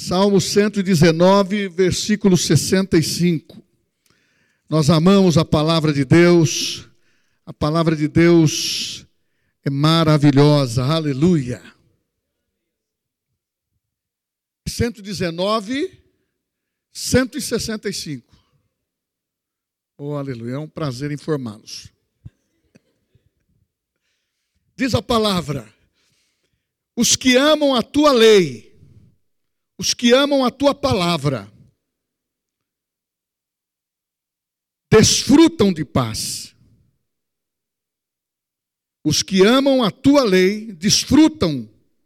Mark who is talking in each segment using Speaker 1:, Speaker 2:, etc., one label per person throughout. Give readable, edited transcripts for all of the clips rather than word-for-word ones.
Speaker 1: Salmo 119, versículo 65. Nós amamos a palavra de Deus. A palavra de Deus é maravilhosa. Aleluia. 119, 165. Oh, aleluia. É um prazer informá-los. Diz a palavra: os que amam a tua lei, os que amam a tua palavra, desfrutam de paz. Os que amam a tua lei desfrutam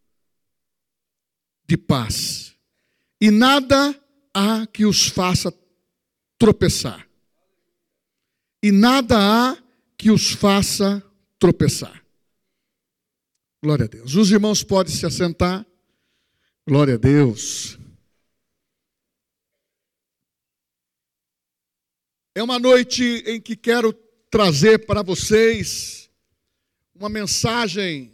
Speaker 1: de paz. E nada há que os faça tropeçar. E nada há que os faça tropeçar. Glória a Deus. Os irmãos podem se assentar. Glória a Deus. É uma noite em que quero trazer para vocês uma mensagem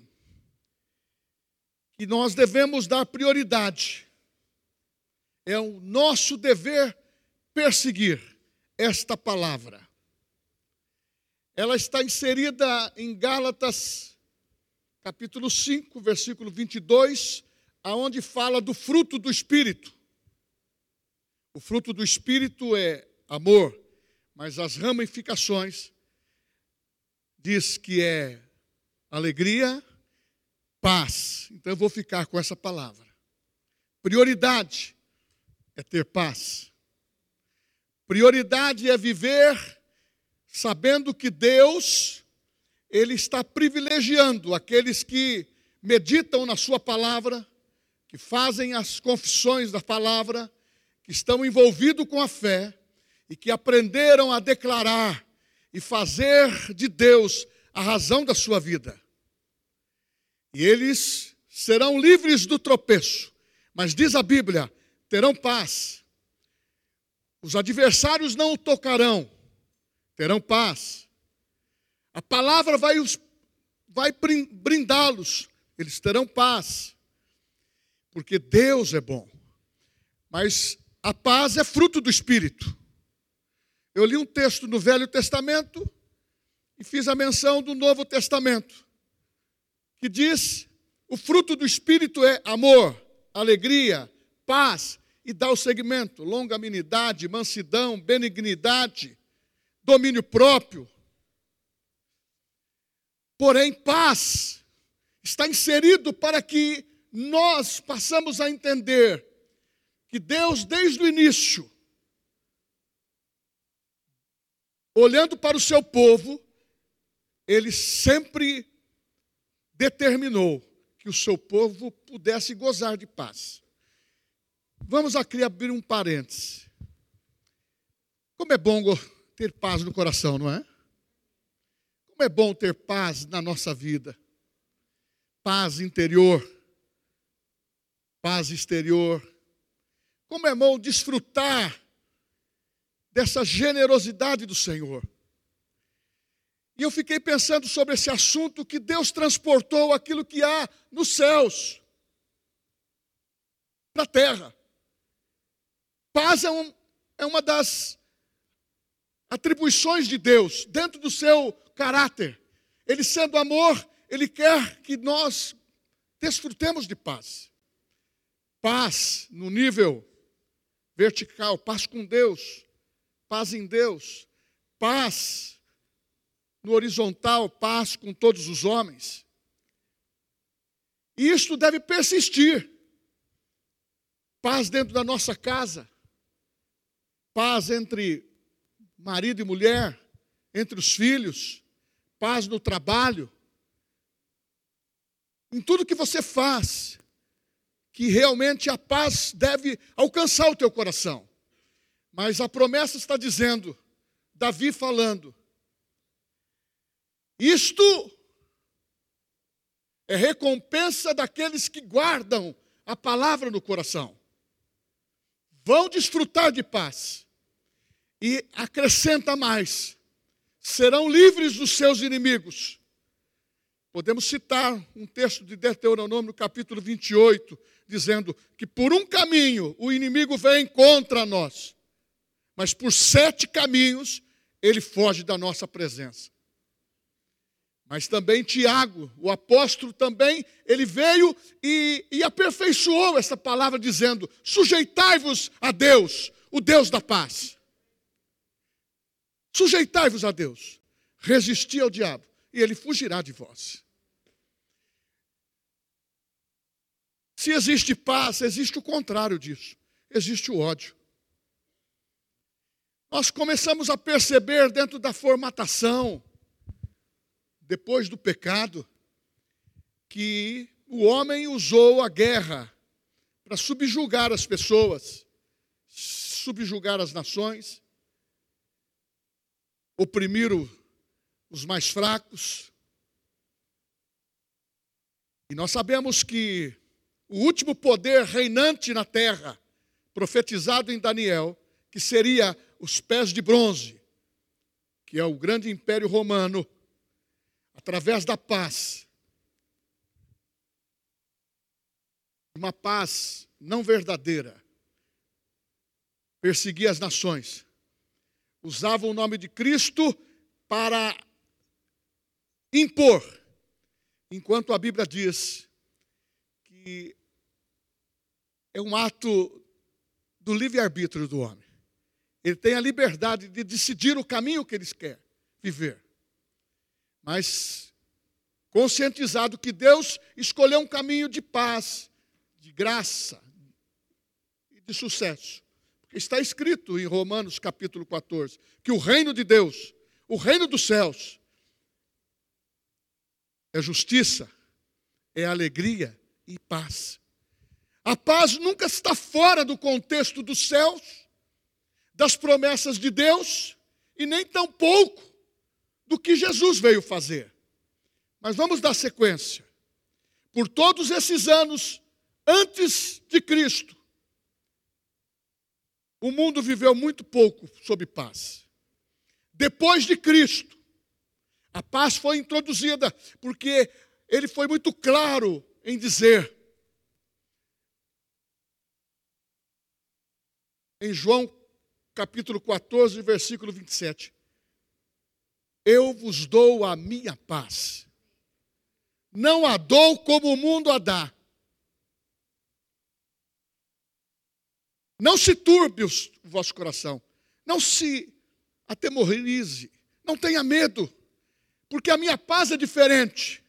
Speaker 1: que nós devemos dar prioridade. É o nosso dever perseguir esta palavra. Ela está inserida em Gálatas, capítulo 5, versículo 22, aonde fala do fruto do Espírito. O fruto do Espírito é amor, mas as ramificações diz que é alegria, paz. Então eu vou ficar com essa palavra. Prioridade é ter paz. Prioridade é viver sabendo que Deus, Ele está privilegiando aqueles que meditam na sua palavra, que fazem as confissões da palavra, que estão envolvidos com a fé e que aprenderam a declarar e fazer de Deus a razão da sua vida. E eles serão livres do tropeço, mas diz a Bíblia, terão paz. Os adversários não o tocarão, terão paz. A palavra vai brindá-los, eles terão paz. Porque Deus é bom. Mas a paz é fruto do Espírito. Eu li um texto no Velho Testamento e fiz a menção do Novo Testamento, que diz: o fruto do Espírito é amor, alegria, paz, e dá o segmento: longanimidade, mansidão, benignidade, domínio próprio. Porém, paz está inserido para que nós passamos a entender que Deus, desde o início, olhando para o seu povo, Ele sempre determinou que o seu povo pudesse gozar de paz. Vamos aqui abrir um parêntese. Como é bom ter paz no coração, não é? Como é bom ter paz na nossa vida. Paz interior, paz exterior. Como é bom desfrutar dessa generosidade do Senhor. E eu fiquei pensando sobre esse assunto, que Deus transportou aquilo que há nos céus para a terra. Paz é uma das atribuições de Deus, dentro do seu caráter. Ele sendo amor, Ele quer que nós desfrutemos de paz. Paz no nível vertical, paz com Deus, paz em Deus, paz no horizontal, paz com todos os homens. E isto deve persistir. Paz dentro da nossa casa, paz entre marido e mulher, entre os filhos, paz no trabalho, em tudo que você faz, que realmente a paz deve alcançar o teu coração. Mas a promessa está dizendo, Davi falando, isto é recompensa daqueles que guardam a palavra no coração. Vão desfrutar de paz. E acrescenta mais, serão livres dos seus inimigos. Podemos citar um texto de Deuteronômio, capítulo 28, dizendo que por um caminho o inimigo vem contra nós, mas por 7 caminhos ele foge da nossa presença. Mas também Tiago, o apóstolo também, ele veio e aperfeiçoou essa palavra dizendo: sujeitai-vos a Deus, o Deus da paz. Sujeitai-vos a Deus, resisti ao diabo e ele fugirá de vós. Se existe paz, existe o contrário disso, existe o ódio. Nós começamos a perceber dentro da formatação, depois do pecado, que o homem usou a guerra para subjugar as pessoas, subjugar as nações, oprimir os mais fracos. E nós sabemos que o último poder reinante na terra, profetizado em Daniel, que seria os pés de bronze, que é o grande império romano, através da paz, uma paz não verdadeira, perseguia as nações, usava o nome de Cristo para impor, enquanto a Bíblia diz que é um ato do livre-arbítrio do homem. Ele tem a liberdade de decidir o caminho que ele quer viver. Mas conscientizado que Deus escolheu um caminho de paz, de graça e de sucesso. Porque está escrito em Romanos capítulo 14, que o reino de Deus, o reino dos céus, é justiça, é alegria e paz. A paz nunca está fora do contexto dos céus, das promessas de Deus, e nem tampouco do que Jesus veio fazer. Mas vamos dar sequência. Por todos esses anos antes de Cristo, o mundo viveu muito pouco sob paz. Depois de Cristo, a paz foi introduzida, porque ele foi muito claro em dizer, em João capítulo 14, versículo 27, eu vos dou a minha paz. Não a dou como o mundo a dá. Não se turbe o vosso coração. Não se atemorize. Não tenha medo. Porque a minha paz é diferente.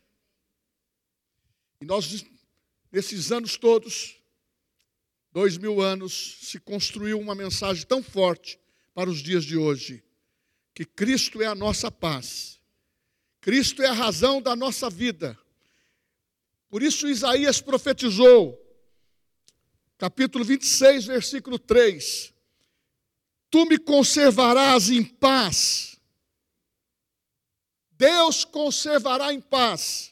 Speaker 1: E nós, nesses anos todos, 2000 anos, se construiu uma mensagem tão forte para os dias de hoje. Que Cristo é a nossa paz. Cristo é a razão da nossa vida. Por isso Isaías profetizou, capítulo 26, versículo 3. Tu me conservarás em paz. Deus conservará em paz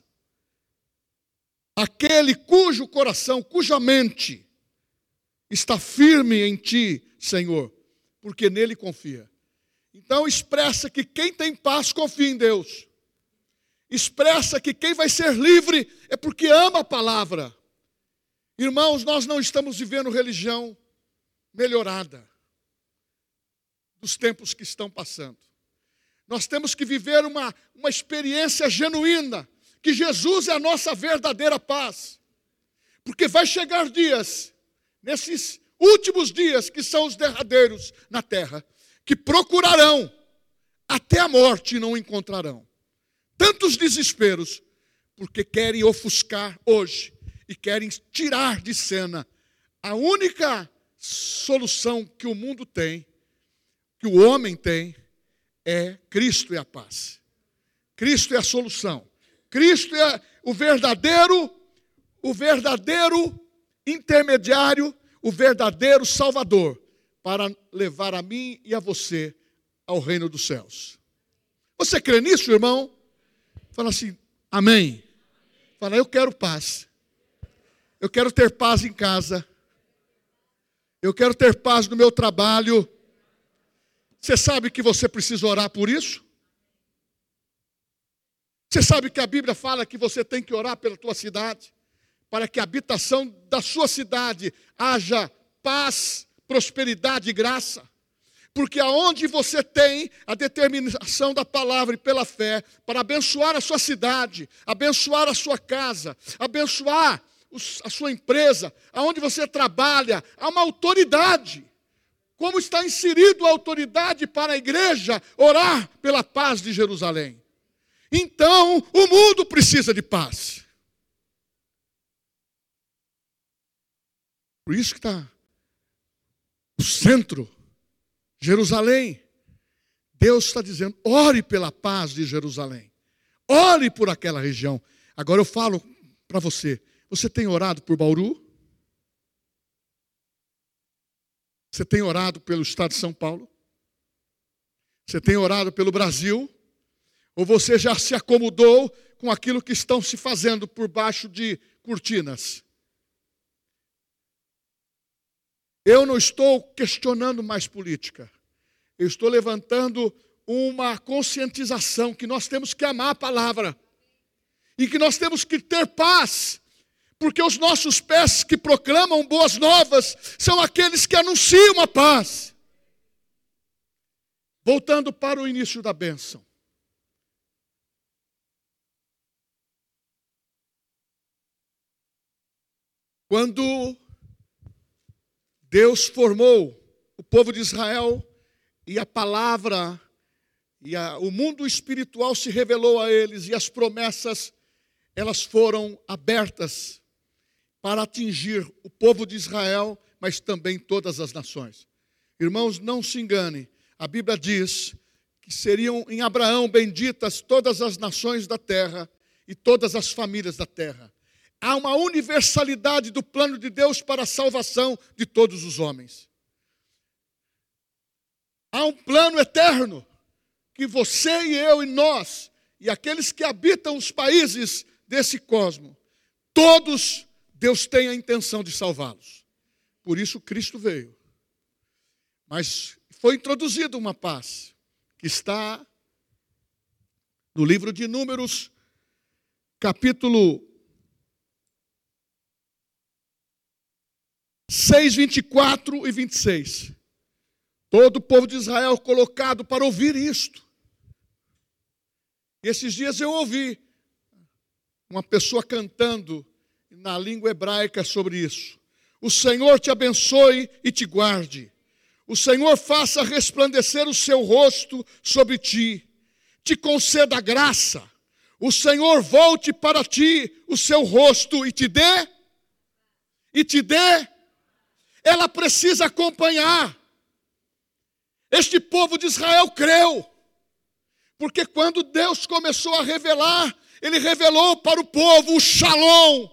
Speaker 1: aquele cujo coração, cuja mente está firme em ti, Senhor, porque nele confia. Então expressa que quem tem paz confia em Deus. Expressa que quem vai ser livre é porque ama a palavra. Irmãos, nós não estamos vivendo religião melhorada dos tempos que estão passando. Nós temos que viver uma experiência genuína, que Jesus é a nossa verdadeira paz. Porque vai chegar dias, nesses últimos dias, que são os derradeiros na terra, que procurarão até a morte e não encontrarão. Tantos desesperos, porque querem ofuscar hoje e querem tirar de cena a única solução que o mundo tem, que o homem tem, é Cristo é a paz. Cristo é a solução. Cristo é o verdadeiro intermediário, o verdadeiro Salvador, para levar a mim e a você ao reino dos céus. Você crê nisso, irmão? Fala assim, amém. Fala, eu quero paz. Eu quero ter paz em casa. Eu quero ter paz no meu trabalho. Você sabe que você precisa orar por isso? Você sabe que a Bíblia fala que você tem que orar pela tua cidade, para que a habitação da sua cidade haja paz, prosperidade e graça. Porque aonde você tem a determinação da palavra e pela fé para abençoar a sua cidade, abençoar a sua casa, abençoar a sua empresa, aonde você trabalha, há uma autoridade. Como está inserido a autoridade para a igreja orar pela paz de Jerusalém. Então, o mundo precisa de paz. Por isso que está o centro, Jerusalém. Deus está dizendo, ore pela paz de Jerusalém. Ore por aquela região. Agora eu falo para você, você tem orado por Bauru? Você tem orado pelo estado de São Paulo? Você tem orado pelo Brasil? Ou você já se acomodou com aquilo que estão se fazendo por baixo de cortinas? Eu não estou questionando mais política. Eu estou levantando uma conscientização que nós temos que amar a palavra. E que nós temos que ter paz. Porque os nossos pés que proclamam boas novas são aqueles que anunciam a paz. Voltando para o início da bênção. Quando Deus formou o povo de Israel e a palavra e o mundo espiritual se revelou a eles e as promessas, elas foram abertas para atingir o povo de Israel, mas também todas as nações. Irmãos, não se engane, a Bíblia diz que seriam em Abraão benditas todas as nações da terra e todas as famílias da terra. Há uma universalidade do plano de Deus para a salvação de todos os homens. Há um plano eterno que você e eu e nós, e aqueles que habitam os países desse cosmos, todos Deus tem a intenção de salvá-los. Por isso Cristo veio. Mas foi introduzida uma paz que está no livro de Números, capítulo 6, 24 e 26. Todo o povo de Israel colocado para ouvir isto. E esses dias eu ouvi uma pessoa cantando na língua hebraica sobre isso. O Senhor te abençoe e te guarde. O Senhor faça resplandecer o seu rosto sobre ti. Te conceda graça. O Senhor volte para ti o seu rosto e te dê. Ela precisa acompanhar. Este povo de Israel creu. Porque quando Deus começou a revelar, Ele revelou para o povo o Shalom.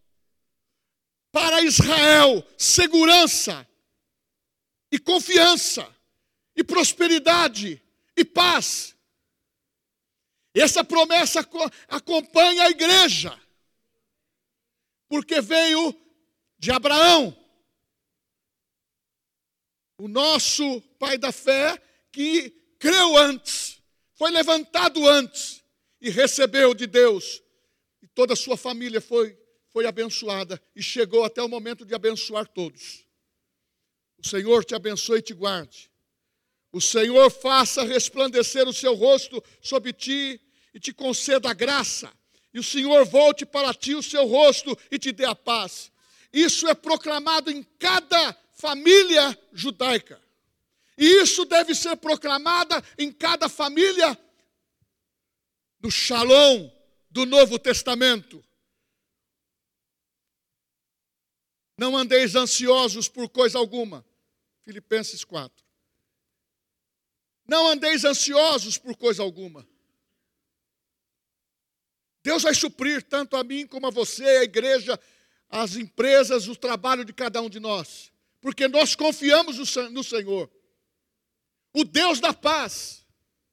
Speaker 1: Para Israel, segurança e confiança e prosperidade e paz. Essa promessa acompanha a igreja, porque veio de Abraão, o nosso pai da fé, que creu antes, foi levantado antes e recebeu de Deus, e toda a sua família foi abençoada e chegou até o momento de abençoar todos. O Senhor te abençoe e te guarde. O Senhor faça resplandecer o seu rosto sobre ti e te conceda a graça. E o Senhor volte para ti o seu rosto e te dê a paz. Isso é proclamado em cada família judaica. E isso deve ser proclamado em cada família do Shalom do Novo Testamento. Não andeis ansiosos por coisa alguma. Filipenses 4. Não andeis ansiosos por coisa alguma. Deus vai suprir tanto a mim como a você, a igreja, as empresas, o trabalho de cada um de nós. Porque nós confiamos no Senhor. O Deus da paz.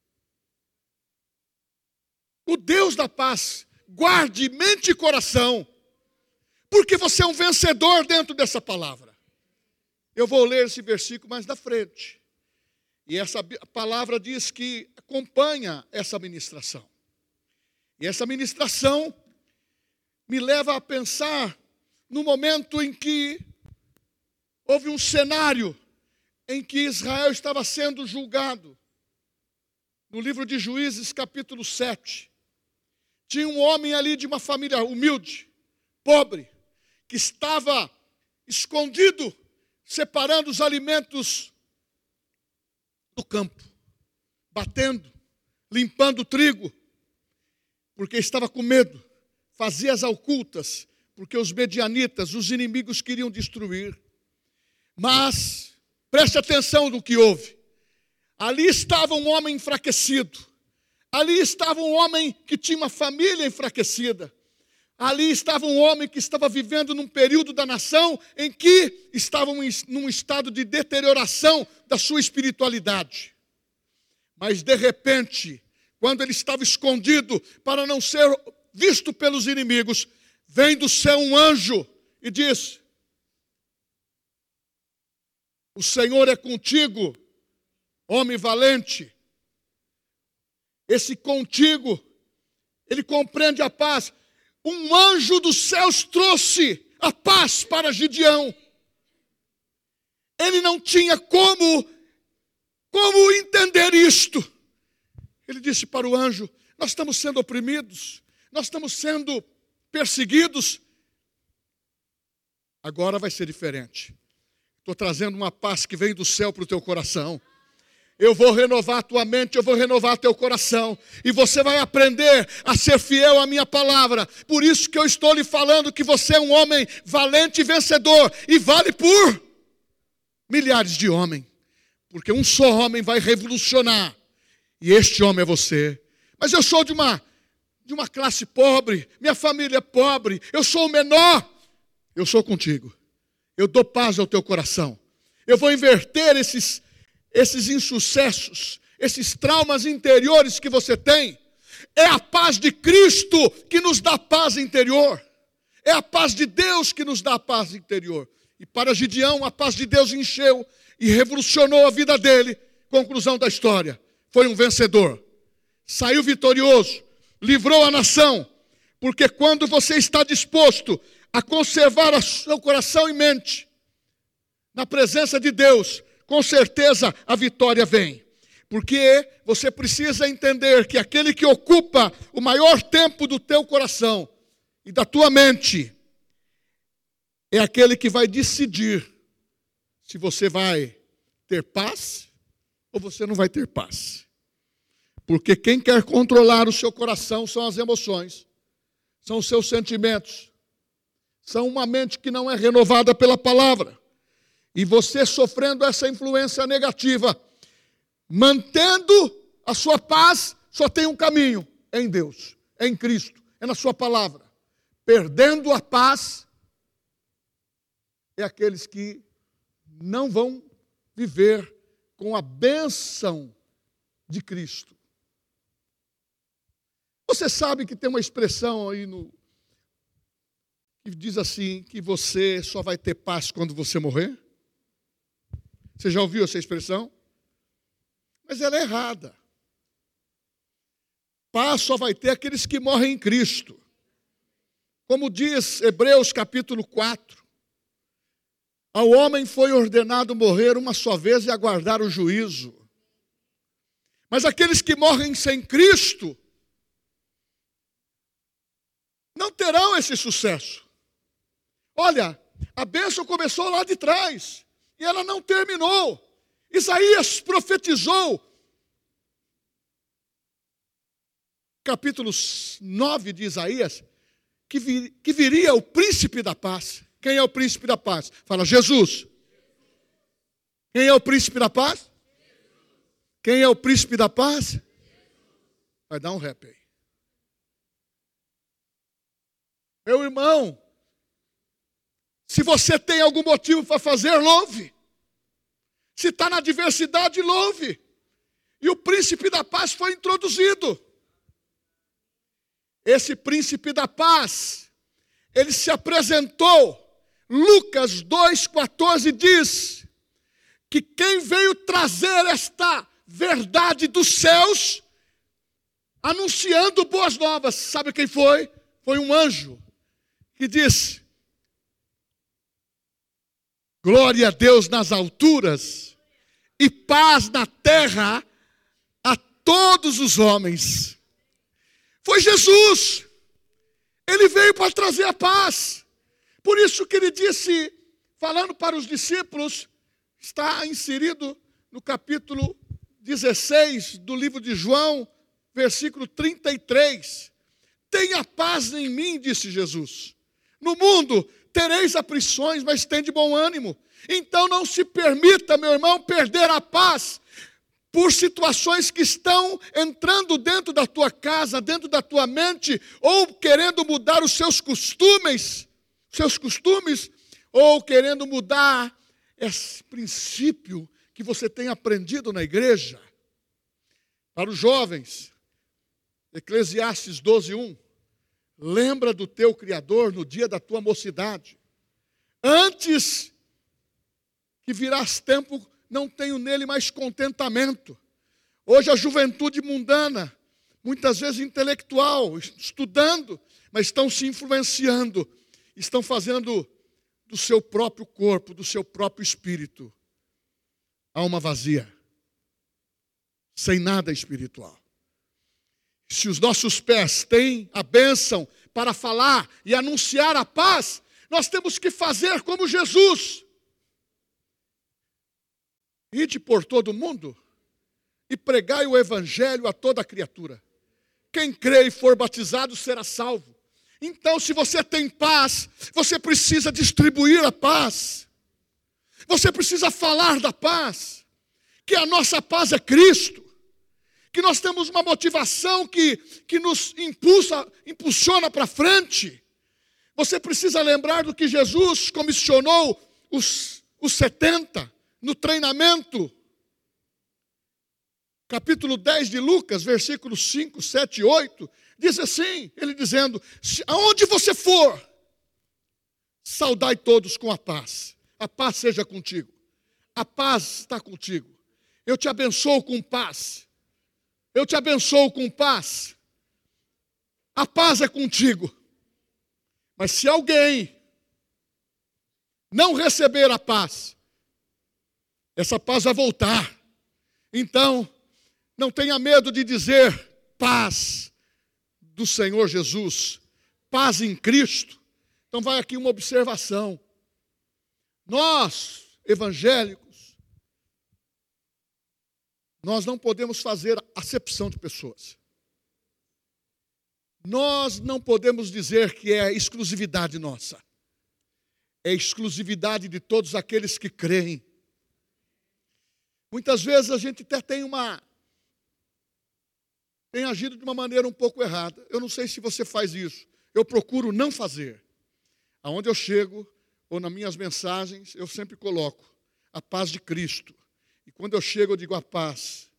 Speaker 1: O Deus da paz. Guarde mente e coração. Porque você é um vencedor dentro dessa palavra. Eu vou ler esse versículo mais na frente. E essa palavra diz que acompanha essa ministração. E essa ministração me leva a pensar no momento em que houve um cenário em que Israel estava sendo julgado. No livro de Juízes, capítulo 7, tinha um homem ali de uma família humilde, pobre, que estava escondido, separando os alimentos do campo, batendo, limpando o trigo, porque estava com medo, fazia as ocultas, porque os medianitas, os inimigos, queriam destruir. Mas, preste atenção no que houve. Ali estava um homem enfraquecido, ali estava um homem que tinha uma família enfraquecida, ali estava um homem que estava vivendo num período da nação em que estavam num estado de deterioração da sua espiritualidade. Mas de repente, quando ele estava escondido para não ser visto pelos inimigos, vem do céu um anjo e diz: o Senhor é contigo, homem valente. Esse contigo, ele compreende a paz. Um anjo dos céus trouxe a paz para Gideão. Ele não tinha como entender isto. Ele disse para o anjo: nós estamos sendo oprimidos, nós estamos sendo perseguidos. Agora vai ser diferente. Estou trazendo uma paz que vem do céu para o teu coração. Eu vou renovar a tua mente, eu vou renovar teu coração. E você vai aprender a ser fiel à minha palavra. Por isso que eu estou lhe falando que você é um homem valente e vencedor. E vale por milhares de homens. Porque um só homem vai revolucionar. E este homem é você. Mas eu sou de uma classe pobre. Minha família é pobre. Eu sou o menor. Eu sou contigo. Eu dou paz ao teu coração. Eu vou inverter esses insucessos, esses traumas interiores que você tem. É a paz de Cristo que nos dá paz interior. É a paz de Deus que nos dá paz interior. E para Gideão, a paz de Deus encheu e revolucionou a vida dele. Conclusão da história: foi um vencedor. Saiu vitorioso, livrou a nação. Porque quando você está disposto a conservar o seu coração e mente na presença de Deus, com certeza a vitória vem. Porque você precisa entender que aquele que ocupa o maior tempo do teu coração e da tua mente é aquele que vai decidir se você vai ter paz ou você não vai ter paz. Porque quem quer controlar o seu coração são as emoções, são os seus sentimentos, são uma mente que não é renovada pela palavra. E você sofrendo essa influência negativa, mantendo a sua paz, só tem um caminho: é em Deus, é em Cristo, é na sua palavra. Perdendo a paz, é aqueles que não vão viver com a bênção de Cristo. Você sabe que tem uma expressão aí que diz assim, que você só vai ter paz quando você morrer? Você já ouviu essa expressão? Mas ela é errada. Paz só vai ter aqueles que morrem em Cristo. Como diz Hebreus capítulo 4, ao homem foi ordenado morrer uma só vez e aguardar o juízo. Mas aqueles que morrem sem Cristo não terão esse sucesso. Olha, a bênção começou lá de trás e ela não terminou. Isaías profetizou, capítulo 9 de Isaías, que viria o príncipe da paz. Quem é o príncipe da paz? Fala, Jesus. Quem é o príncipe da paz? Quem é o príncipe da paz? Vai dar um rap aí. Meu irmão, se você tem algum motivo para fazer, louve. Se está na adversidade, louve. E o príncipe da paz foi introduzido. Esse príncipe da paz, ele se apresentou. Lucas 2,14 diz que quem veio trazer esta verdade dos céus, anunciando boas novas, sabe quem foi? Foi um anjo que disse: Glória a Deus nas alturas e paz na terra a todos os homens. Foi Jesus. Ele veio para trazer a paz. Por isso que ele disse, falando para os discípulos, está inserido no capítulo 16 do livro de João, versículo 33. Tenha paz em mim, disse Jesus. No mundo tereis aflições, mas tende bom ânimo. Então não se permita, meu irmão, perder a paz por situações que estão entrando dentro da tua casa, dentro da tua mente, ou querendo mudar os seus costumes, ou querendo mudar esse princípio que você tem aprendido na igreja. Para os jovens, Eclesiastes 12:1, lembra do teu Criador no dia da tua mocidade. Antes que virás tempo, não tenho nele mais contentamento. Hoje a juventude mundana, muitas vezes intelectual, estudando, mas estão se influenciando, estão fazendo do seu próprio corpo, do seu próprio espírito, alma vazia, sem nada espiritual. Se os nossos pés têm a bênção para falar e anunciar a paz, nós temos que fazer como Jesus. Ide por todo o mundo e pregai o evangelho a toda criatura. Quem crê e for batizado será salvo. Então, se você tem paz, você precisa distribuir a paz. Você precisa falar da paz. Que a nossa paz é Cristo. Que nós temos uma motivação que nos impulsiona para frente. Você precisa lembrar do que Jesus comissionou os 70 no treinamento. Capítulo 10 de Lucas, versículos 5, 7 e 8, diz assim, ele dizendo, aonde você for, saudai todos com a paz seja contigo, a paz está contigo, eu te abençoo com paz, eu te abençoo com paz, a paz é contigo, mas se alguém não receber a paz, essa paz vai voltar. Então, não tenha medo de dizer paz do Senhor Jesus, paz em Cristo. Então vai aqui uma observação. Nós, evangélicos, nós não podemos fazer acepção de pessoas. Nós não podemos dizer que é exclusividade nossa. É exclusividade de todos aqueles que creem. Muitas vezes a gente até tem agido de uma maneira um pouco errada. Eu não sei se você faz isso. Eu procuro não fazer. Aonde eu chego, ou nas minhas mensagens, eu sempre coloco a paz de Cristo. E quando eu chego, eu digo a paz.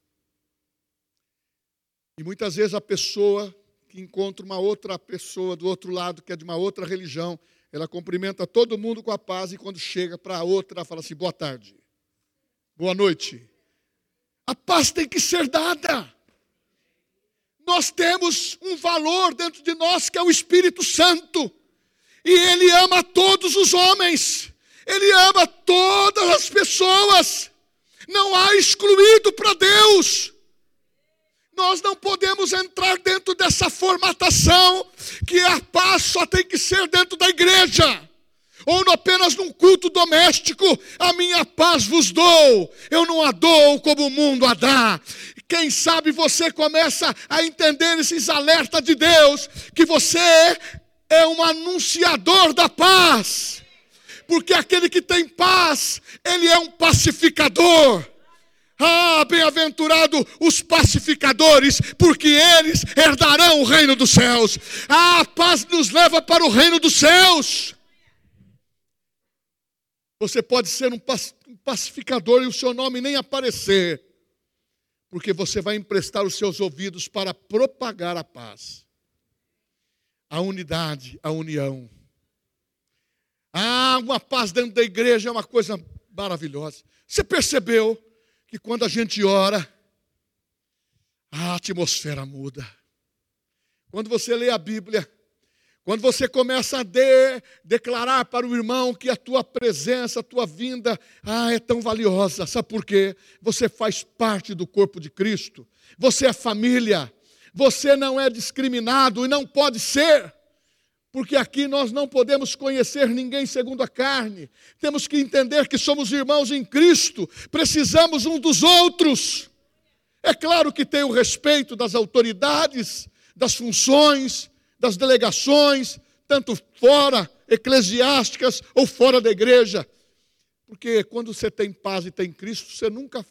Speaker 1: E muitas vezes a pessoa que encontra uma outra pessoa do outro lado, que é de uma outra religião, ela cumprimenta todo mundo com a paz, e quando chega para a outra, ela fala assim, boa tarde. Boa noite. A paz tem que ser dada. Nós temos um valor dentro de nós que é o Espírito Santo. E Ele ama todos os homens. Ele ama todas as pessoas. Não há excluído para Deus. Nós não podemos entrar dentro dessa formatação que a paz só tem que ser dentro da igreja. Ou apenas num culto doméstico, a minha paz vos dou, eu não a dou como o mundo a dá. Quem sabe você começa a entender esses alertas de Deus, que você é um anunciador da paz, porque aquele que tem paz, ele é um pacificador. Ah, bem-aventurado os pacificadores, porque eles herdarão o reino dos céus. Ah, a paz nos leva para o reino dos céus. Você pode ser um pacificador e o seu nome nem aparecer, porque você vai emprestar os seus ouvidos para propagar a paz, a unidade, a união. Ah, uma paz dentro da igreja é uma coisa maravilhosa. Você percebeu que quando a gente ora, a atmosfera muda. Quando você lê a Bíblia, Quando você começa a declarar para o irmão que a tua presença, a tua vinda, é tão valiosa. Sabe por quê? Você faz parte do corpo de Cristo. Você é família. Você não é discriminado e não pode ser. Porque aqui nós não podemos conhecer ninguém segundo a carne. Temos que entender que somos irmãos em Cristo. Precisamos uns dos outros. É claro que tem o respeito das autoridades, das funções, das delegações, tanto fora eclesiásticas ou fora da igreja. Porque quando você tem paz e tem Cristo, você nunca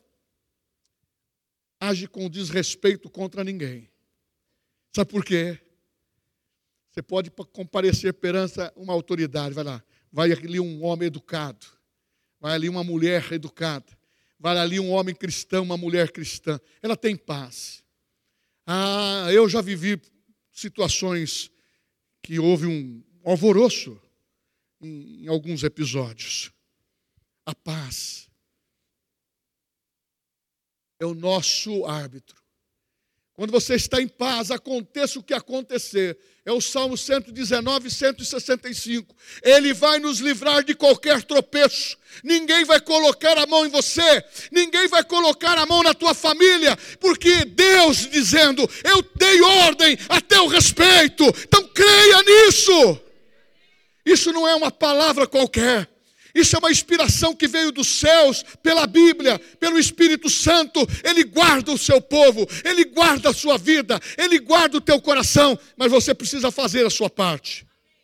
Speaker 1: age com desrespeito contra ninguém. Sabe por quê? Você pode comparecer perante uma autoridade, vai ali um homem educado, vai ali uma mulher educada, vai ali um homem cristão, uma mulher cristã. Ela tem paz. Eu já vivi situações que houve um alvoroço em alguns episódios. A paz é o nosso árbitro. Quando você está em paz, aconteça o que acontecer. É o Salmo 119, 165. Ele vai nos livrar de qualquer tropeço. Ninguém vai colocar a mão em você. Ninguém vai colocar a mão na tua família. Porque Deus dizendo, eu dei ordem a teu respeito. Então creia nisso. Isso não é uma palavra qualquer. Isso é uma inspiração que veio dos céus, pela Bíblia, pelo Espírito Santo. Ele guarda o seu povo, Ele guarda a sua vida, Ele guarda o teu coração, mas você precisa fazer a sua parte.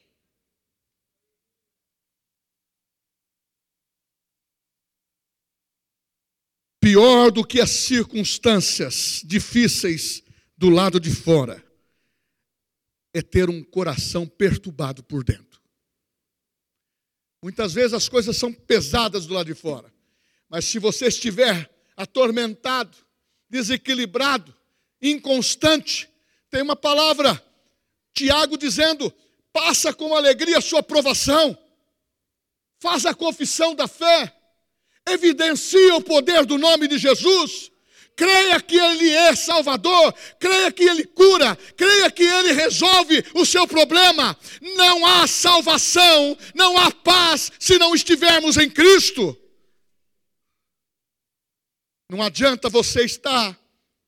Speaker 1: Pior do que as circunstâncias difíceis do lado de fora é ter um coração perturbado por dentro. Muitas vezes as coisas são pesadas do lado de fora. Mas se você estiver atormentado, desequilibrado, inconstante, tem uma palavra, Tiago dizendo, passa com alegria a sua provação, faça a confissão da fé, evidencia o poder do nome de Jesus, creia que Ele é Salvador, creia que Ele cura, creia que Ele resolve o seu problema. Não há salvação, não há paz se não estivermos em Cristo. Não adianta você estar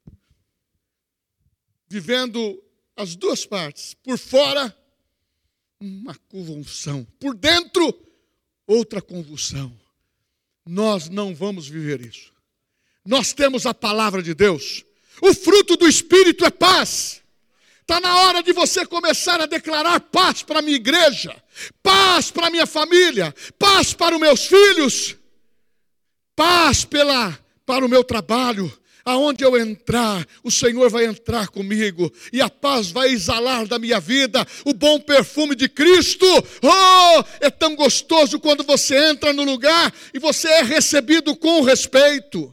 Speaker 1: vivendo as duas partes. Por fora, uma convulsão. Por dentro, outra convulsão. Nós não vamos viver isso. Nós temos a palavra de Deus. O fruto do Espírito é paz. Está na hora de você começar a declarar paz para a minha igreja, paz para a minha família, paz para os meus filhos, paz para o meu trabalho. Aonde eu entrar, o Senhor vai entrar comigo, e a paz vai exalar da minha vida o bom perfume de Cristo. É tão gostoso quando você entra no lugar e você é recebido com respeito.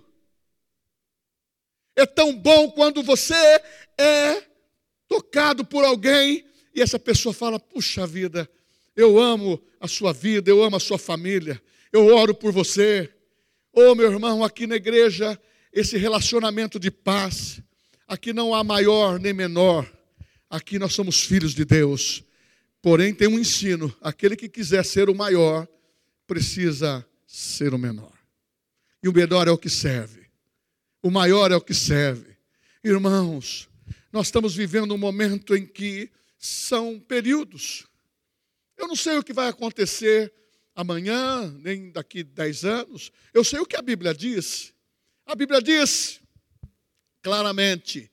Speaker 1: É tão bom quando você é tocado por alguém e essa pessoa fala, puxa vida, eu amo a sua vida, eu amo a sua família, eu oro por você. Meu irmão, aqui na igreja, esse relacionamento de paz, aqui não há maior nem menor, aqui nós somos filhos de Deus. Porém tem um ensino, aquele que quiser ser o maior, precisa ser o menor. E o menor é o que serve. O maior é o que serve. Irmãos, nós estamos vivendo um momento em que são períodos. Eu não sei o que vai acontecer amanhã, nem daqui 10 anos. Eu sei o que a Bíblia diz. A Bíblia diz claramente.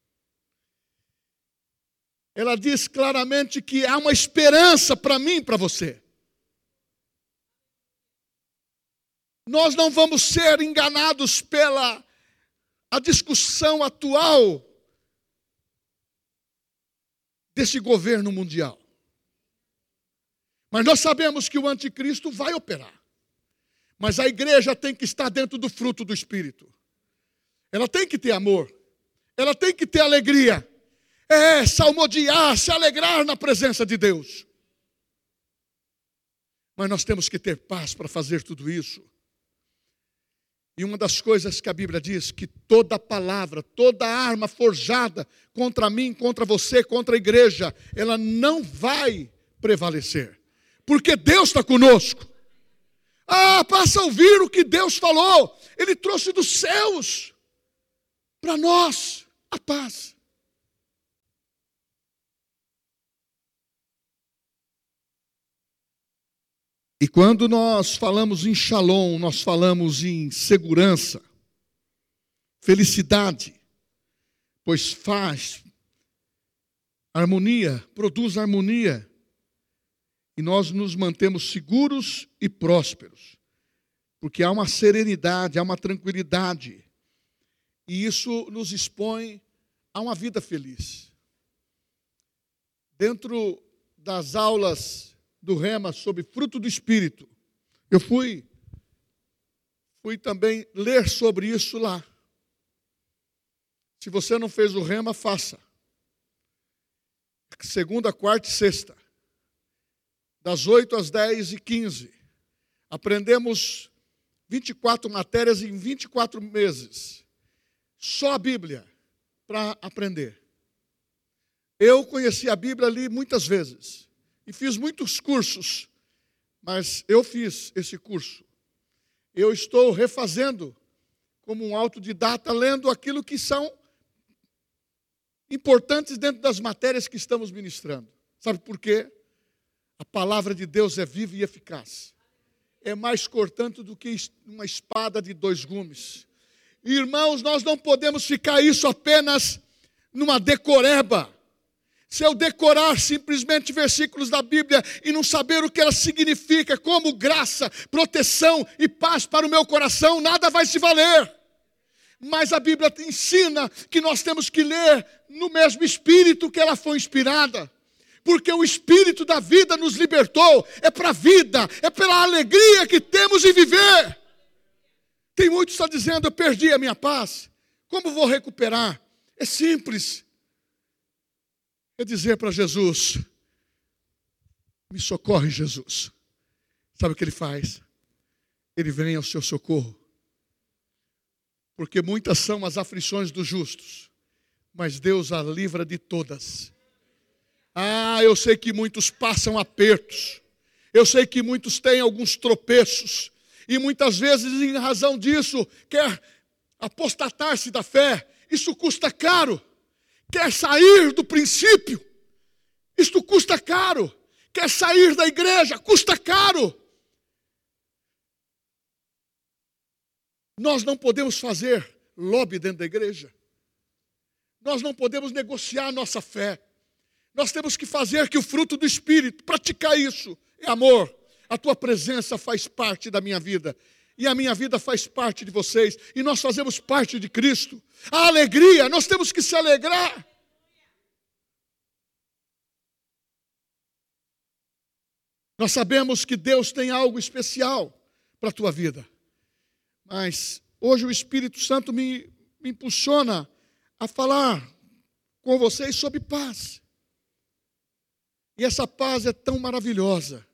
Speaker 1: Ela diz claramente que há uma esperança para mim e para você. Nós não vamos ser enganados pela a discussão atual desse governo mundial. Mas nós sabemos que o anticristo vai operar. Mas a igreja tem que estar dentro do fruto do Espírito. Ela tem que ter amor. Ela tem que ter alegria. Salmodiar, se alegrar na presença de Deus. Mas nós temos que ter paz para fazer tudo isso. E uma das coisas que a Bíblia diz, que toda palavra, toda arma forjada contra mim, contra você, contra a igreja, ela não vai prevalecer. Porque Deus está conosco. Passa a ouvir o que Deus falou. Ele trouxe dos céus para nós a paz. E quando nós falamos em shalom, nós falamos em segurança, felicidade, pois faz harmonia, produz harmonia, e nós nos mantemos seguros e prósperos, porque há uma serenidade, há uma tranquilidade, e isso nos expõe a uma vida feliz. Dentro das aulas do Rema sobre fruto do Espírito, eu fui também ler sobre isso lá. Se você não fez o Rema, faça. Segunda, quarta e sexta, das 8 às 10h15. Aprendemos 24 matérias em 24 meses. Só a Bíblia para aprender. Eu conheci a Bíblia ali muitas vezes. E fiz muitos cursos, mas eu fiz esse curso. Eu estou refazendo, como um autodidata, lendo aquilo que são importantes dentro das matérias que estamos ministrando. Sabe por quê? A palavra de Deus é viva e eficaz. É mais cortante do que uma espada de 2 gumes. Irmãos, nós não podemos ficar isso apenas numa decoreba. Se eu decorar simplesmente versículos da Bíblia e não saber o que ela significa, como graça, proteção e paz para o meu coração, nada vai se valer. Mas a Bíblia ensina que nós temos que ler no mesmo espírito que ela foi inspirada. Porque o espírito da vida nos libertou, é para a vida, é pela alegria que temos em viver. Tem muitos que estão dizendo, eu perdi a minha paz, como vou recuperar? É simples. É dizer para Jesus, me socorre, Jesus. Sabe o que ele faz? Ele vem ao seu socorro. Porque muitas são as aflições dos justos, mas Deus a livra de todas. Eu sei que muitos passam apertos. Eu sei que muitos têm alguns tropeços. E muitas vezes, em razão disso, quer apostatar-se da fé. Isso custa caro. Quer sair do princípio, isto custa caro. Quer sair da igreja, custa caro. Nós não podemos fazer lobby dentro da igreja. Nós não podemos negociar a nossa fé. Nós temos que fazer que o fruto do Espírito, praticar isso, é amor. A tua presença faz parte da minha vida. E a minha vida faz parte de vocês. E nós fazemos parte de Cristo. A alegria, nós temos que se alegrar. Nós sabemos que Deus tem algo especial para a tua vida. Mas hoje o Espírito Santo me impulsiona a falar com vocês sobre paz. E essa paz é tão maravilhosa.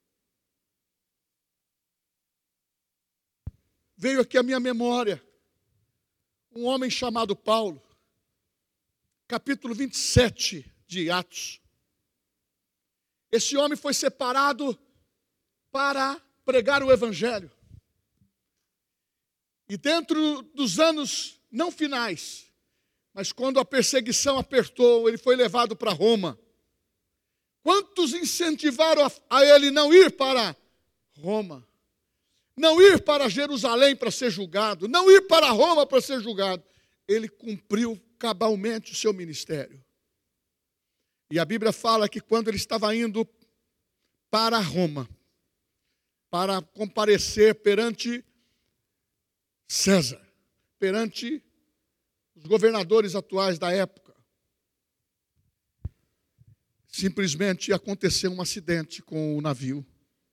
Speaker 1: Veio aqui à minha memória um homem chamado Paulo, capítulo 27 de Atos. Esse homem foi separado para pregar o Evangelho. E dentro dos anos não finais, mas quando a perseguição apertou, ele foi levado para Roma. Quantos incentivaram a ele não ir para Roma? Não ir para Jerusalém para ser julgado, não ir para Roma para ser julgado. Ele cumpriu cabalmente o seu ministério. E a Bíblia fala que quando ele estava indo para Roma, para comparecer perante César, perante os governadores atuais da época, simplesmente aconteceu um acidente com o navio.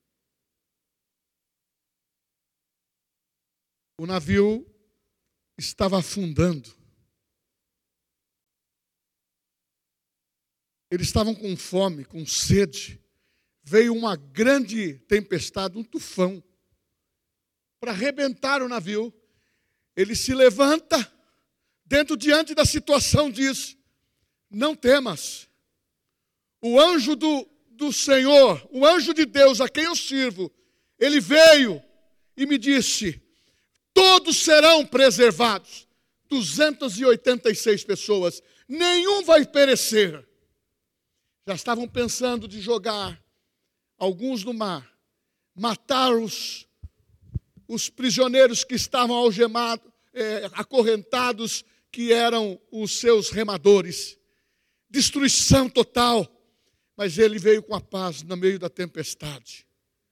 Speaker 1: O navio estava afundando. Eles estavam com fome, com sede. Veio uma grande tempestade, um tufão, para arrebentar o navio. ele se levanta, diante da situação diz, não temas. O anjo do Senhor, o anjo de Deus a quem eu sirvo, ele veio e me disse, todos serão preservados. 286 pessoas, nenhum vai perecer. Já estavam pensando de jogar alguns no mar, matar os prisioneiros que estavam algemados, acorrentados, que eram os seus remadores. Destruição total. Mas ele veio com a paz no meio da tempestade.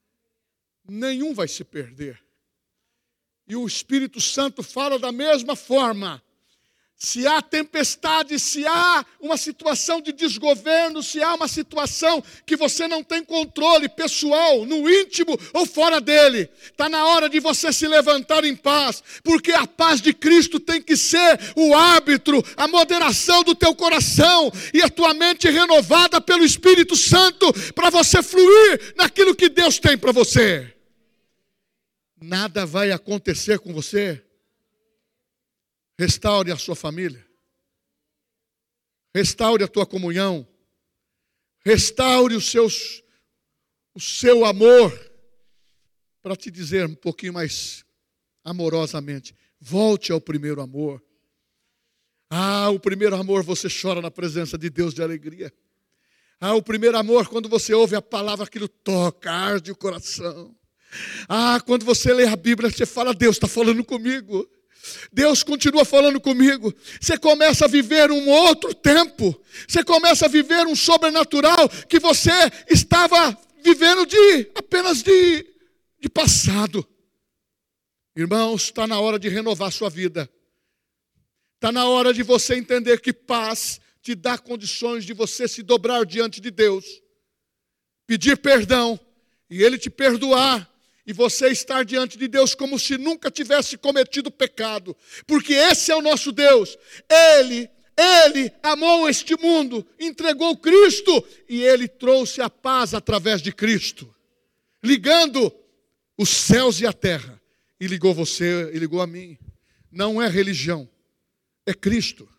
Speaker 1: Nenhum vai se perder. E o Espírito Santo fala da mesma forma. Se há tempestade, se há uma situação de desgoverno, se há uma situação que você não tem controle pessoal, no íntimo ou fora dele, está na hora de você se levantar em paz, porque a paz de Cristo tem que ser o árbitro, a moderação do teu coração e a tua mente renovada pelo Espírito Santo para você fluir naquilo que Deus tem para você. Nada vai acontecer com você. Restaure a sua família. Restaure a tua comunhão. Restaure o seu amor. Para te dizer um pouquinho mais amorosamente, volte ao primeiro amor. O primeiro amor você chora na presença de Deus de alegria. O primeiro amor quando você ouve a palavra, aquilo toca, arde o coração. Quando você lê a Bíblia, você fala, Deus está falando comigo. Deus continua falando comigo. Você começa a viver um outro tempo. Você começa a viver um sobrenatural que você estava vivendo apenas de passado. Irmãos, está na hora de renovar sua vida. Está na hora de você entender que paz te dá condições de você se dobrar diante de Deus, pedir perdão e Ele te perdoar. E você estar diante de Deus como se nunca tivesse cometido pecado. Porque esse é o nosso Deus. Ele amou este mundo, entregou Cristo. E Ele trouxe a paz através de Cristo. Ligando os céus e a terra. E ligou você, e ligou a mim. Não é religião, é Cristo.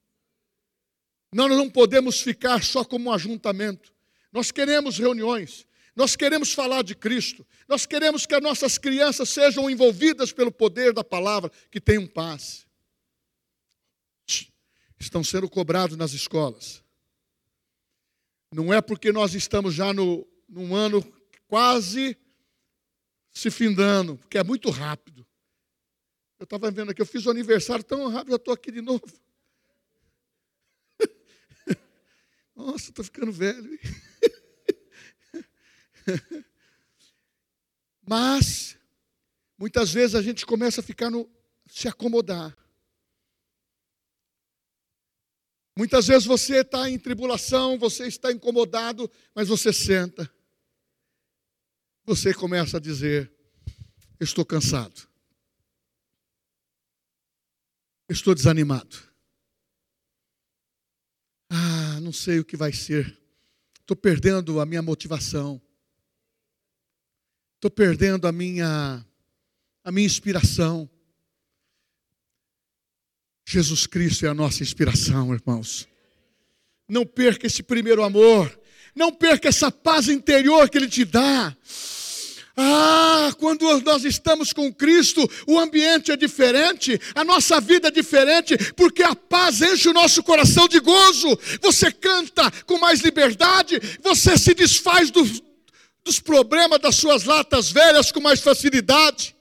Speaker 1: Nós não podemos ficar só como um ajuntamento. Nós queremos reuniões. Nós queremos falar de Cristo. Nós queremos que as nossas crianças sejam envolvidas pelo poder da palavra, que tenham paz. Estão sendo cobrados nas escolas. Não é porque nós estamos já num ano quase se findando, porque é muito rápido. Eu estava vendo aqui, eu fiz o aniversário tão rápido, já estou aqui de novo. Nossa, estou ficando velho. Mas muitas vezes a gente começa a se acomodar. Muitas vezes você está em tribulação, você está incomodado, mas você senta. Você começa a dizer, eu estou cansado. Eu estou desanimado. Não sei o que vai ser. Estou perdendo a minha motivação. Estou perdendo a minha inspiração. Jesus Cristo é a nossa inspiração, irmãos. Não perca esse primeiro amor. Não perca essa paz interior que Ele te dá. Quando nós estamos com Cristo, o ambiente é diferente, a nossa vida é diferente, porque a paz enche o nosso coração de gozo. Você canta com mais liberdade, você se desfaz dos problemas das suas latas velhas com mais facilidade.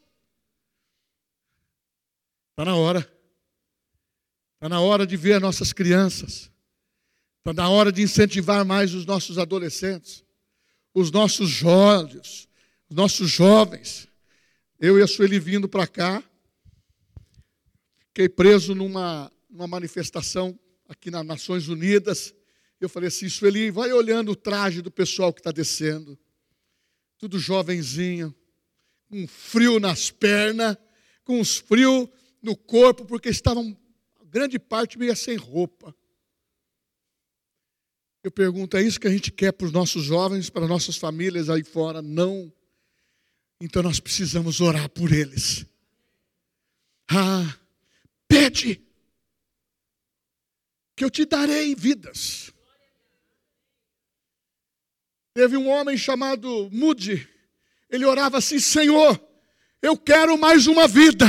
Speaker 1: Está na hora. Está na hora de ver nossas crianças. Está na hora de incentivar mais os nossos adolescentes, os nossos jovens, os nossos jovens. Eu e a Sueli vindo para cá, fiquei preso numa manifestação aqui nas Nações Unidas. Eu falei assim, Sueli, vai olhando o traje do pessoal que está descendo. Tudo jovenzinho, com frio nas pernas, com uns frio no corpo, porque estavam, grande parte, meio sem roupa. Eu pergunto, é isso que a gente quer para os nossos jovens, para nossas famílias aí fora? Não. Então nós precisamos orar por eles. pede, que eu te darei vidas. Teve um homem chamado Moody, ele orava assim: Senhor, eu quero mais uma vida.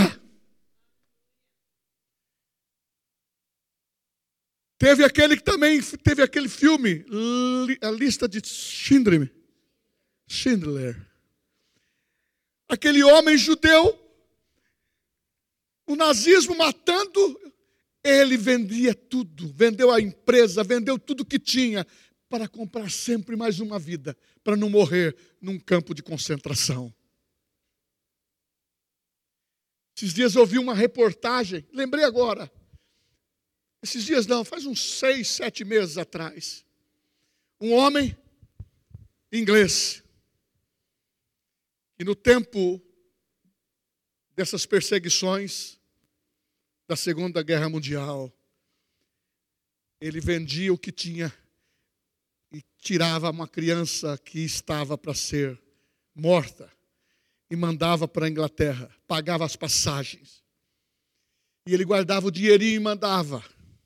Speaker 1: Teve aquele que também teve aquele filme, A Lista de Schindler. Aquele homem judeu, o nazismo matando, ele vendia tudo, vendeu a empresa, vendeu tudo que tinha, para comprar sempre mais uma vida, para não morrer num campo de concentração. Esses dias eu ouvi uma reportagem, lembrei agora, esses dias não, faz uns 6, 7 meses atrás, um homem inglês, e no tempo dessas perseguições da Segunda Guerra Mundial, ele vendia o que tinha e tirava uma criança que estava para ser morta e mandava para a Inglaterra, pagava as passagens. E ele guardava o dinheirinho e mandava.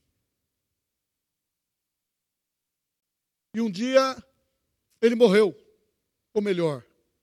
Speaker 1: E um dia ele morreu, ou melhor,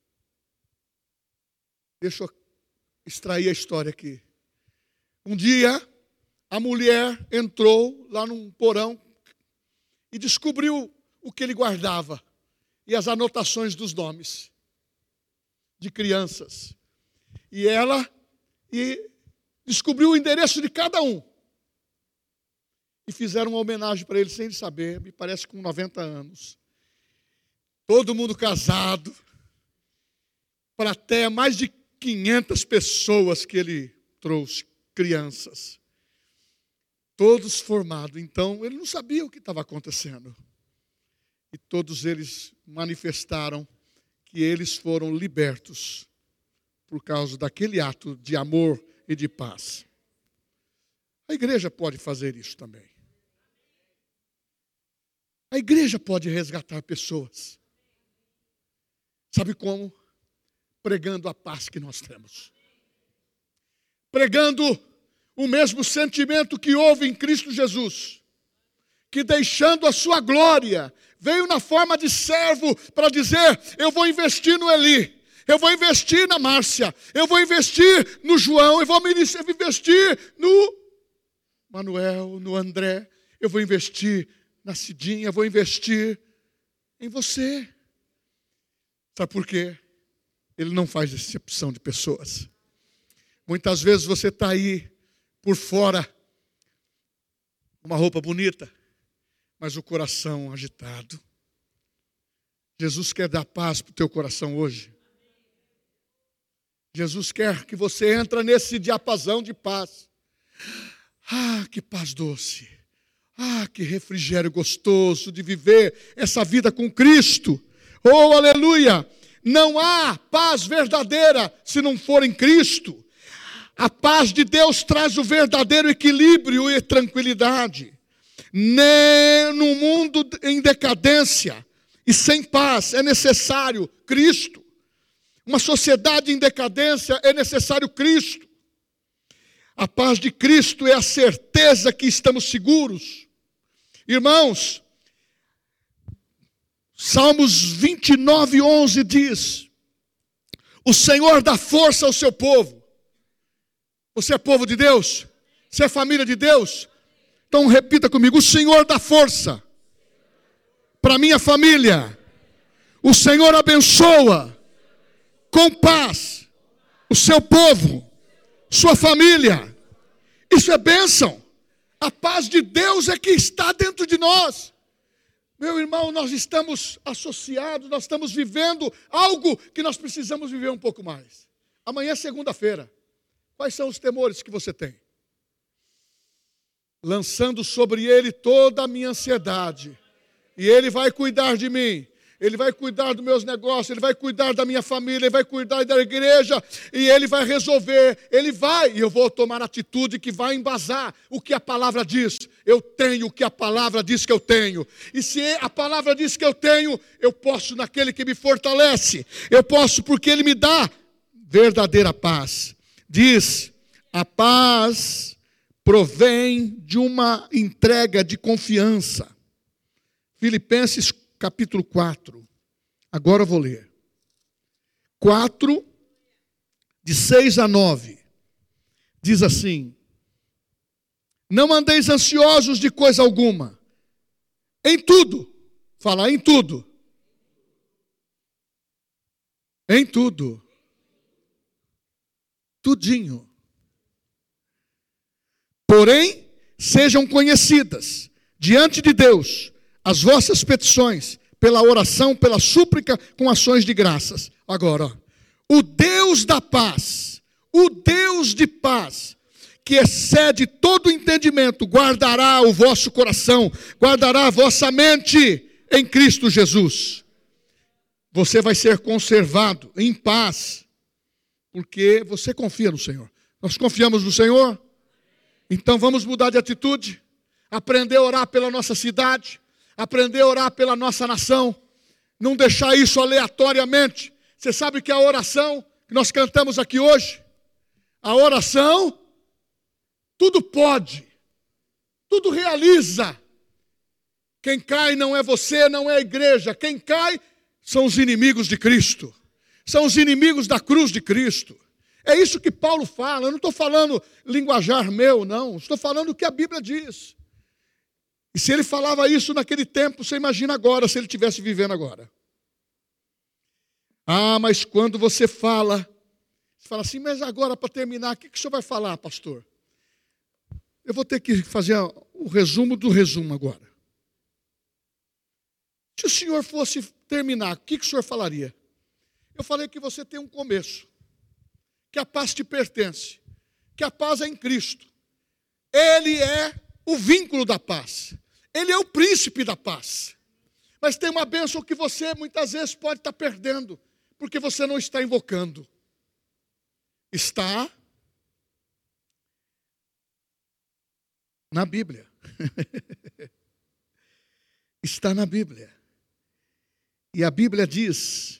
Speaker 1: deixa eu extrair a história aqui. Um dia a mulher entrou lá num porão e descobriu o que ele guardava e as anotações dos nomes de crianças. E ela descobriu o endereço de cada um. E fizeram uma homenagem para ele sem ele saber, me parece com 90 anos. Todo mundo casado, plateia, mais de 500 pessoas que ele trouxe, crianças. Todos formados. Então, ele não sabia o que estava acontecendo. E todos eles manifestaram que eles foram libertos por causa daquele ato de amor e de paz. A igreja pode fazer isso também. A igreja pode resgatar pessoas. Sabe como? Pregando a paz que nós temos. Pregando o mesmo sentimento que houve em Cristo Jesus, que deixando a sua glória, veio na forma de servo para dizer: eu vou investir no Eli, eu vou investir na Márcia, eu vou investir no João, eu vou investir no Manuel, no André, eu vou investir na Cidinha, eu vou investir em você. Sabe por quê? Ele não faz exceção de pessoas. Muitas vezes você está aí por fora, uma roupa bonita, mas o coração agitado. Jesus quer dar paz para o teu coração hoje. Jesus quer que você entre nesse diapasão de paz. Ah, que paz doce. Ah, que refrigério gostoso de viver essa vida com Cristo. Oh, aleluia! Não há paz verdadeira se não for em Cristo. A paz de Deus traz o verdadeiro equilíbrio e tranquilidade. No mundo em decadência e sem paz é necessário Cristo. Uma sociedade em decadência é necessário Cristo. A paz de Cristo é a certeza que estamos seguros. Irmãos, Salmos 29:11 diz: o Senhor dá força ao seu povo. Você é povo de Deus? Você é família de Deus? Então repita comigo: o Senhor dá força para minha família. O Senhor abençoa com paz o seu povo, sua família. Isso é bênção. A paz de Deus é que está dentro de nós. Meu irmão, nós estamos associados, nós estamos vivendo algo que nós precisamos viver um pouco mais. Amanhã é segunda-feira. Quais são os temores que você tem? Lançando sobre Ele toda a minha ansiedade. E Ele vai cuidar de mim. Ele vai cuidar dos meus negócios. Ele vai cuidar da minha família. Ele vai cuidar da igreja. E Ele vai resolver. Ele vai. E eu vou tomar atitude que vai embasar o que a palavra diz. Eu tenho o que a palavra diz que eu tenho. E se a palavra diz que eu tenho, eu posso naquele que me fortalece. Eu posso porque Ele me dá verdadeira paz. Diz: a paz provém de uma entrega de confiança. Filipenses capítulo 4. Agora eu vou ler. 4, de 6 a 9. Diz assim: não andeis ansiosos de coisa alguma. Em tudo. Fala, em tudo. Em tudo. Tudinho. Porém, sejam conhecidas diante de Deus as vossas petições, pela oração, pela súplica, com ações de graças. Agora, ó, o Deus da paz, o Deus de paz, que excede todo entendimento, guardará o vosso coração, guardará a vossa mente em Cristo Jesus. Você vai ser conservado em paz, porque você confia no Senhor. Nós confiamos no Senhor? Então vamos mudar de atitude, aprender a orar pela nossa cidade, aprender a orar pela nossa nação, não deixar isso aleatoriamente. Você sabe que a oração que nós cantamos aqui hoje, a oração, tudo pode, tudo realiza. Quem cai não é você, não é a igreja. Quem cai são os inimigos de Cristo, são os inimigos da cruz de Cristo. É isso que Paulo fala. Eu não estou falando linguajar meu, não. Estou falando o que a Bíblia diz. E se ele falava isso naquele tempo, você imagina agora, se ele estivesse vivendo agora. Ah, mas quando você fala assim, mas agora para terminar, o que o senhor vai falar, pastor? Eu vou ter que fazer o resumo do resumo agora. Se o senhor fosse terminar, o que o senhor falaria? Eu falei que você tem um começo, que a paz te pertence, que a paz é em Cristo. Ele é o vínculo da paz. Ele é o príncipe da paz. Mas tem uma bênção que você muitas vezes pode estar perdendo, porque você não está invocando. Está na Bíblia. Está na Bíblia. E a Bíblia diz: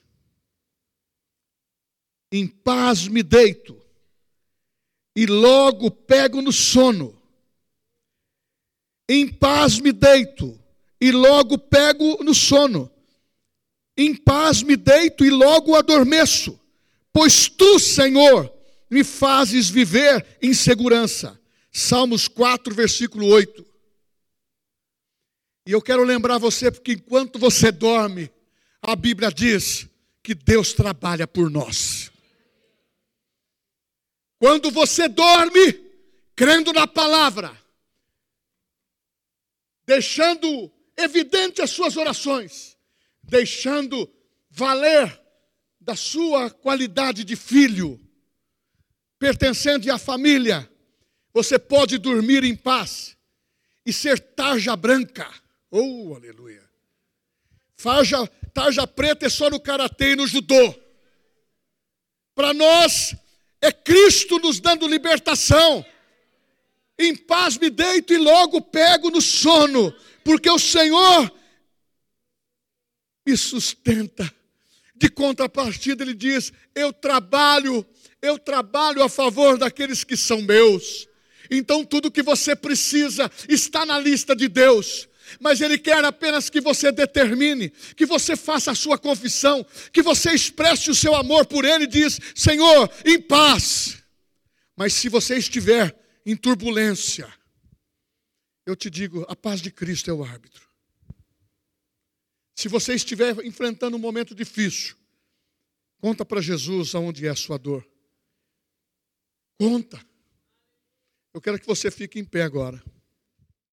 Speaker 1: em paz me deito, e logo pego no sono. Em paz me deito, e logo pego no sono. Em paz me deito, e logo adormeço. Pois tu, Senhor, me fazes viver em segurança. Salmos 4, versículo 8. E eu quero lembrar você, porque enquanto você dorme, a Bíblia diz que Deus trabalha por nós. Quando você dorme, crendo na palavra, deixando evidente as suas orações, deixando valer da sua qualidade de filho, pertencente à família, você pode dormir em paz e ser tarja branca. Oh, aleluia. Tarja preta é só no karatê e no judô. Para nós, é Cristo nos dando libertação. Em paz me deito e logo pego no sono, porque o Senhor me sustenta. De contrapartida, ele diz: eu trabalho a favor daqueles que são meus. Então tudo que você precisa está na lista de Deus. Mas Ele quer apenas que você determine, que você faça a sua confissão, que você expresse o seu amor por Ele e diz: Senhor, em paz. Mas se você estiver em turbulência, eu te digo, a paz de Cristo é o árbitro. Se você estiver enfrentando um momento difícil, conta para Jesus aonde é a sua dor. Conta. Eu quero que você fique em pé agora.